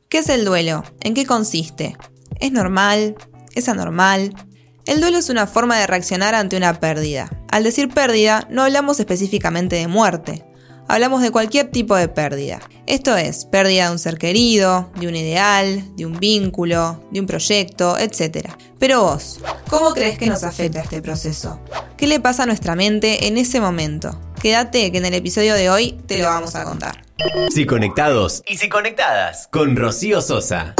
¿Qué es el duelo? ¿En qué consiste? ¿Es normal? ¿Es anormal? El duelo es una forma de reaccionar ante una pérdida. Al decir pérdida, no hablamos específicamente de muerte. Hablamos de cualquier tipo de pérdida. Esto es, pérdida de un ser querido, de un ideal, de un vínculo, de un proyecto, etc. Pero vos, ¿cómo crees que nos afecta este proceso? ¿Qué le pasa a nuestra mente en ese momento? Quédate que en el episodio de hoy te lo vamos a contar. Si conectados y si conectadas con Rocío Sosa.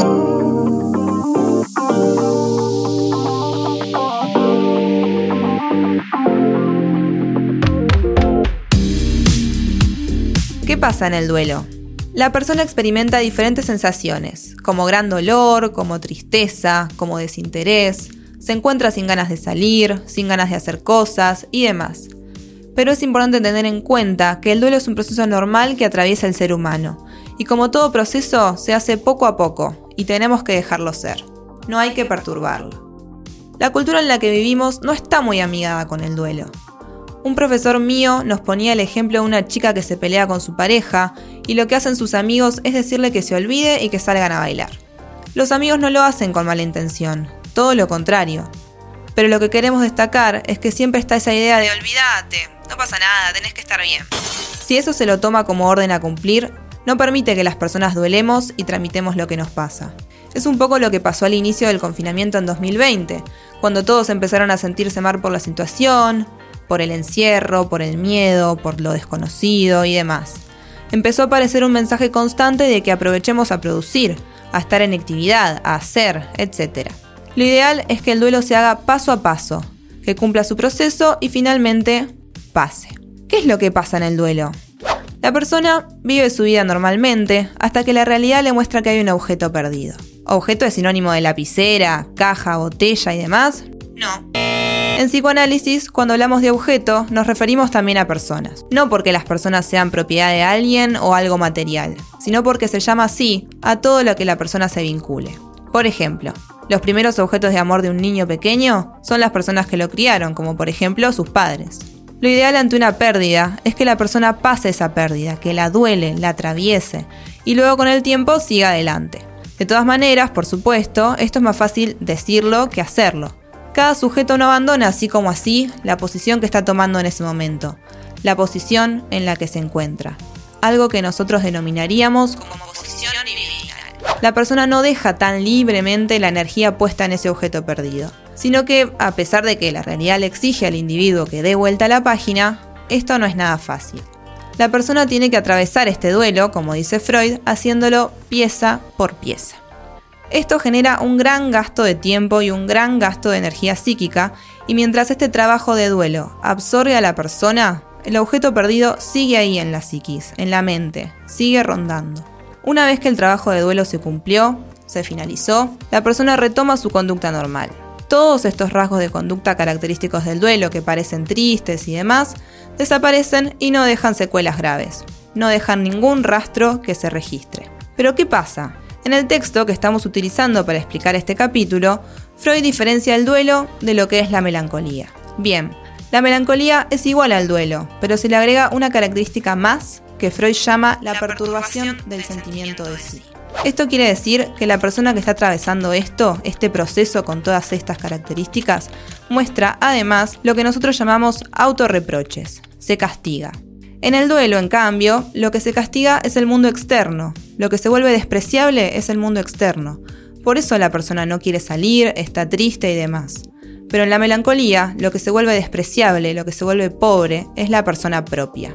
¿Qué pasa en el duelo? La persona experimenta diferentes sensaciones, como gran dolor, como tristeza, como desinterés, se encuentra sin ganas de salir, sin ganas de hacer cosas y demás. Pero es importante tener en cuenta que el duelo es un proceso normal que atraviesa el ser humano, y como todo proceso se hace poco a poco, y tenemos que dejarlo ser. No hay que perturbarlo. La cultura en la que vivimos no está muy amigada con el duelo. Un profesor mío nos ponía el ejemplo de una chica que se pelea con su pareja y lo que hacen sus amigos es decirle que se olvide y que salgan a bailar. Los amigos no lo hacen con mala intención, todo lo contrario. Pero lo que queremos destacar es que siempre está esa idea de olvídate, no pasa nada, tenés que estar bien. Si eso se lo toma como orden a cumplir, no permite que las personas duelemos y tramitemos lo que nos pasa. Es un poco lo que pasó al inicio del confinamiento en 2020, cuando todos empezaron a sentirse mal por la situación, por el encierro, por el miedo, por lo desconocido y demás. Empezó a aparecer un mensaje constante de que aprovechemos a producir, a estar en actividad, a hacer, etc. Lo ideal es que el duelo se haga paso a paso, que cumpla su proceso y finalmente pase. ¿Qué es lo que pasa en el duelo? La persona vive su vida normalmente hasta que la realidad le muestra que hay un objeto perdido. ¿Objeto es sinónimo de lapicera, caja, botella y demás? No. En psicoanálisis, cuando hablamos de objeto, nos referimos también a personas. No porque las personas sean propiedad de alguien o algo material, sino porque se llama así a todo lo que la persona se vincule. Por ejemplo, los primeros objetos de amor de un niño pequeño son las personas que lo criaron, como por ejemplo sus padres. Lo ideal ante una pérdida es que la persona pase esa pérdida, que la duele, la atraviese, y luego con el tiempo siga adelante. De todas maneras, por supuesto, esto es más fácil decirlo que hacerlo. Cada sujeto no abandona así como así la posición que está tomando en ese momento, la posición en la que se encuentra, algo que nosotros denominaríamos como posición vital. La persona no deja tan libremente la energía puesta en ese objeto perdido, sino que, a pesar de que la realidad le exige al individuo que dé vuelta a la página, esto no es nada fácil. La persona tiene que atravesar este duelo, como dice Freud, haciéndolo pieza por pieza. Esto genera un gran gasto de tiempo y un gran gasto de energía psíquica, y mientras este trabajo de duelo absorbe a la persona, el objeto perdido sigue ahí en la psiquis, en la mente, sigue rondando. Una vez que el trabajo de duelo se cumplió, se finalizó, la persona retoma su conducta normal. Todos estos rasgos de conducta característicos del duelo que parecen tristes y demás, desaparecen y no dejan secuelas graves. No dejan ningún rastro que se registre. ¿Pero qué pasa? En el texto que estamos utilizando para explicar este capítulo, Freud diferencia el duelo de lo que es la melancolía. Bien, la melancolía es igual al duelo, pero se le agrega una característica más que Freud llama la perturbación del sentimiento de sí. Esto quiere decir que la persona que está atravesando este proceso con todas estas características, muestra además lo que nosotros llamamos autorreproches, se castiga. En el duelo, en cambio, lo que se castiga es el mundo externo, lo que se vuelve despreciable es el mundo externo. Por eso la persona no quiere salir, está triste y demás. Pero en la melancolía, lo que se vuelve despreciable, lo que se vuelve pobre, es la persona propia.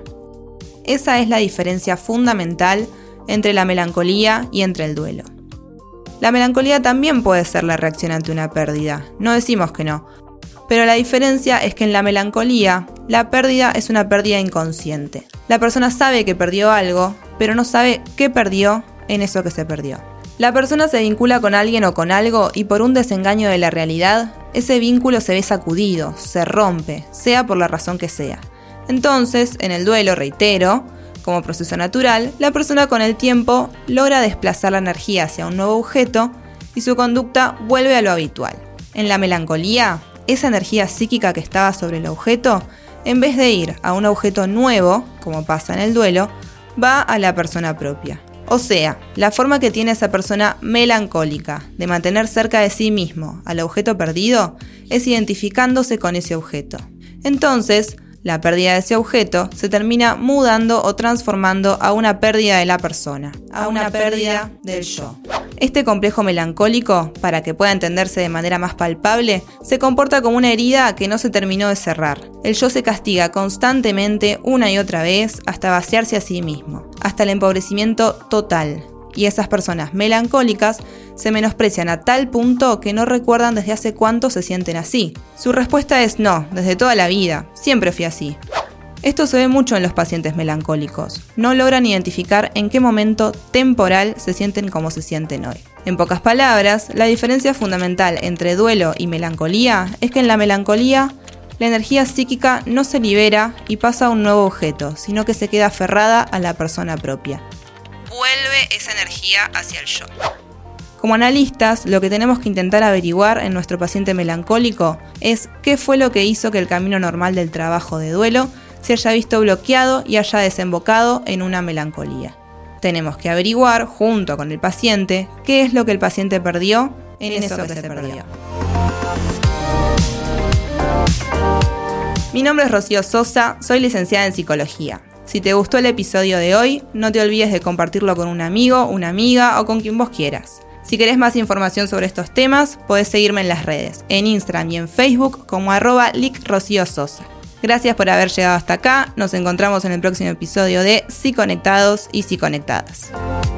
Esa es la diferencia fundamental entre la melancolía y entre el duelo. La melancolía también puede ser la reacción ante una pérdida, no decimos que no. Pero la diferencia es que en la melancolía, la pérdida es una pérdida inconsciente. La persona sabe que perdió algo, pero no sabe qué perdió en eso que se perdió. La persona se vincula con alguien o con algo y por un desengaño de la realidad, ese vínculo se ve sacudido, se rompe, sea por la razón que sea. Entonces, en el duelo, reitero, como proceso natural, la persona con el tiempo logra desplazar la energía hacia un nuevo objeto y su conducta vuelve a lo habitual. En la melancolía, esa energía psíquica que estaba sobre el objeto, en vez de ir a un objeto nuevo, como pasa en el duelo, va a la persona propia. O sea, la forma que tiene esa persona melancólica de mantener cerca de sí mismo al objeto perdido es identificándose con ese objeto. Entonces, la pérdida de ese objeto se termina mudando o transformando a una pérdida de la persona, a una pérdida del yo. Este complejo melancólico, para que pueda entenderse de manera más palpable, se comporta como una herida que no se terminó de cerrar. El yo se castiga constantemente una y otra vez hasta vaciarse a sí mismo, hasta el empobrecimiento total. Y esas personas melancólicas se menosprecian a tal punto que no recuerdan desde hace cuánto se sienten así. Su respuesta es no, desde toda la vida, siempre fui así. Esto se ve mucho en los pacientes melancólicos. No logran identificar en qué momento temporal se sienten como se sienten hoy. En pocas palabras, la diferencia fundamental entre duelo y melancolía es que en la melancolía la energía psíquica no se libera y pasa a un nuevo objeto, sino que se queda aferrada a la persona propia. Vuelve esa energía hacia el yo. Como analistas, lo que tenemos que intentar averiguar en nuestro paciente melancólico es qué fue lo que hizo que el camino normal del trabajo de duelo se haya visto bloqueado y haya desembocado en una melancolía. Tenemos que averiguar, junto con el paciente, qué es lo que el paciente perdió en eso que se perdió. Mi nombre es Rocío Sosa, soy licenciada en Psicología. Si te gustó el episodio de hoy, no te olvides de compartirlo con un amigo, una amiga o con quien vos quieras. Si querés más información sobre estos temas, podés seguirme en las redes, en Instagram y en Facebook como @licrociososa. Gracias por haber llegado hasta acá, nos encontramos en el próximo episodio de Psiconectados y Psiconectadas.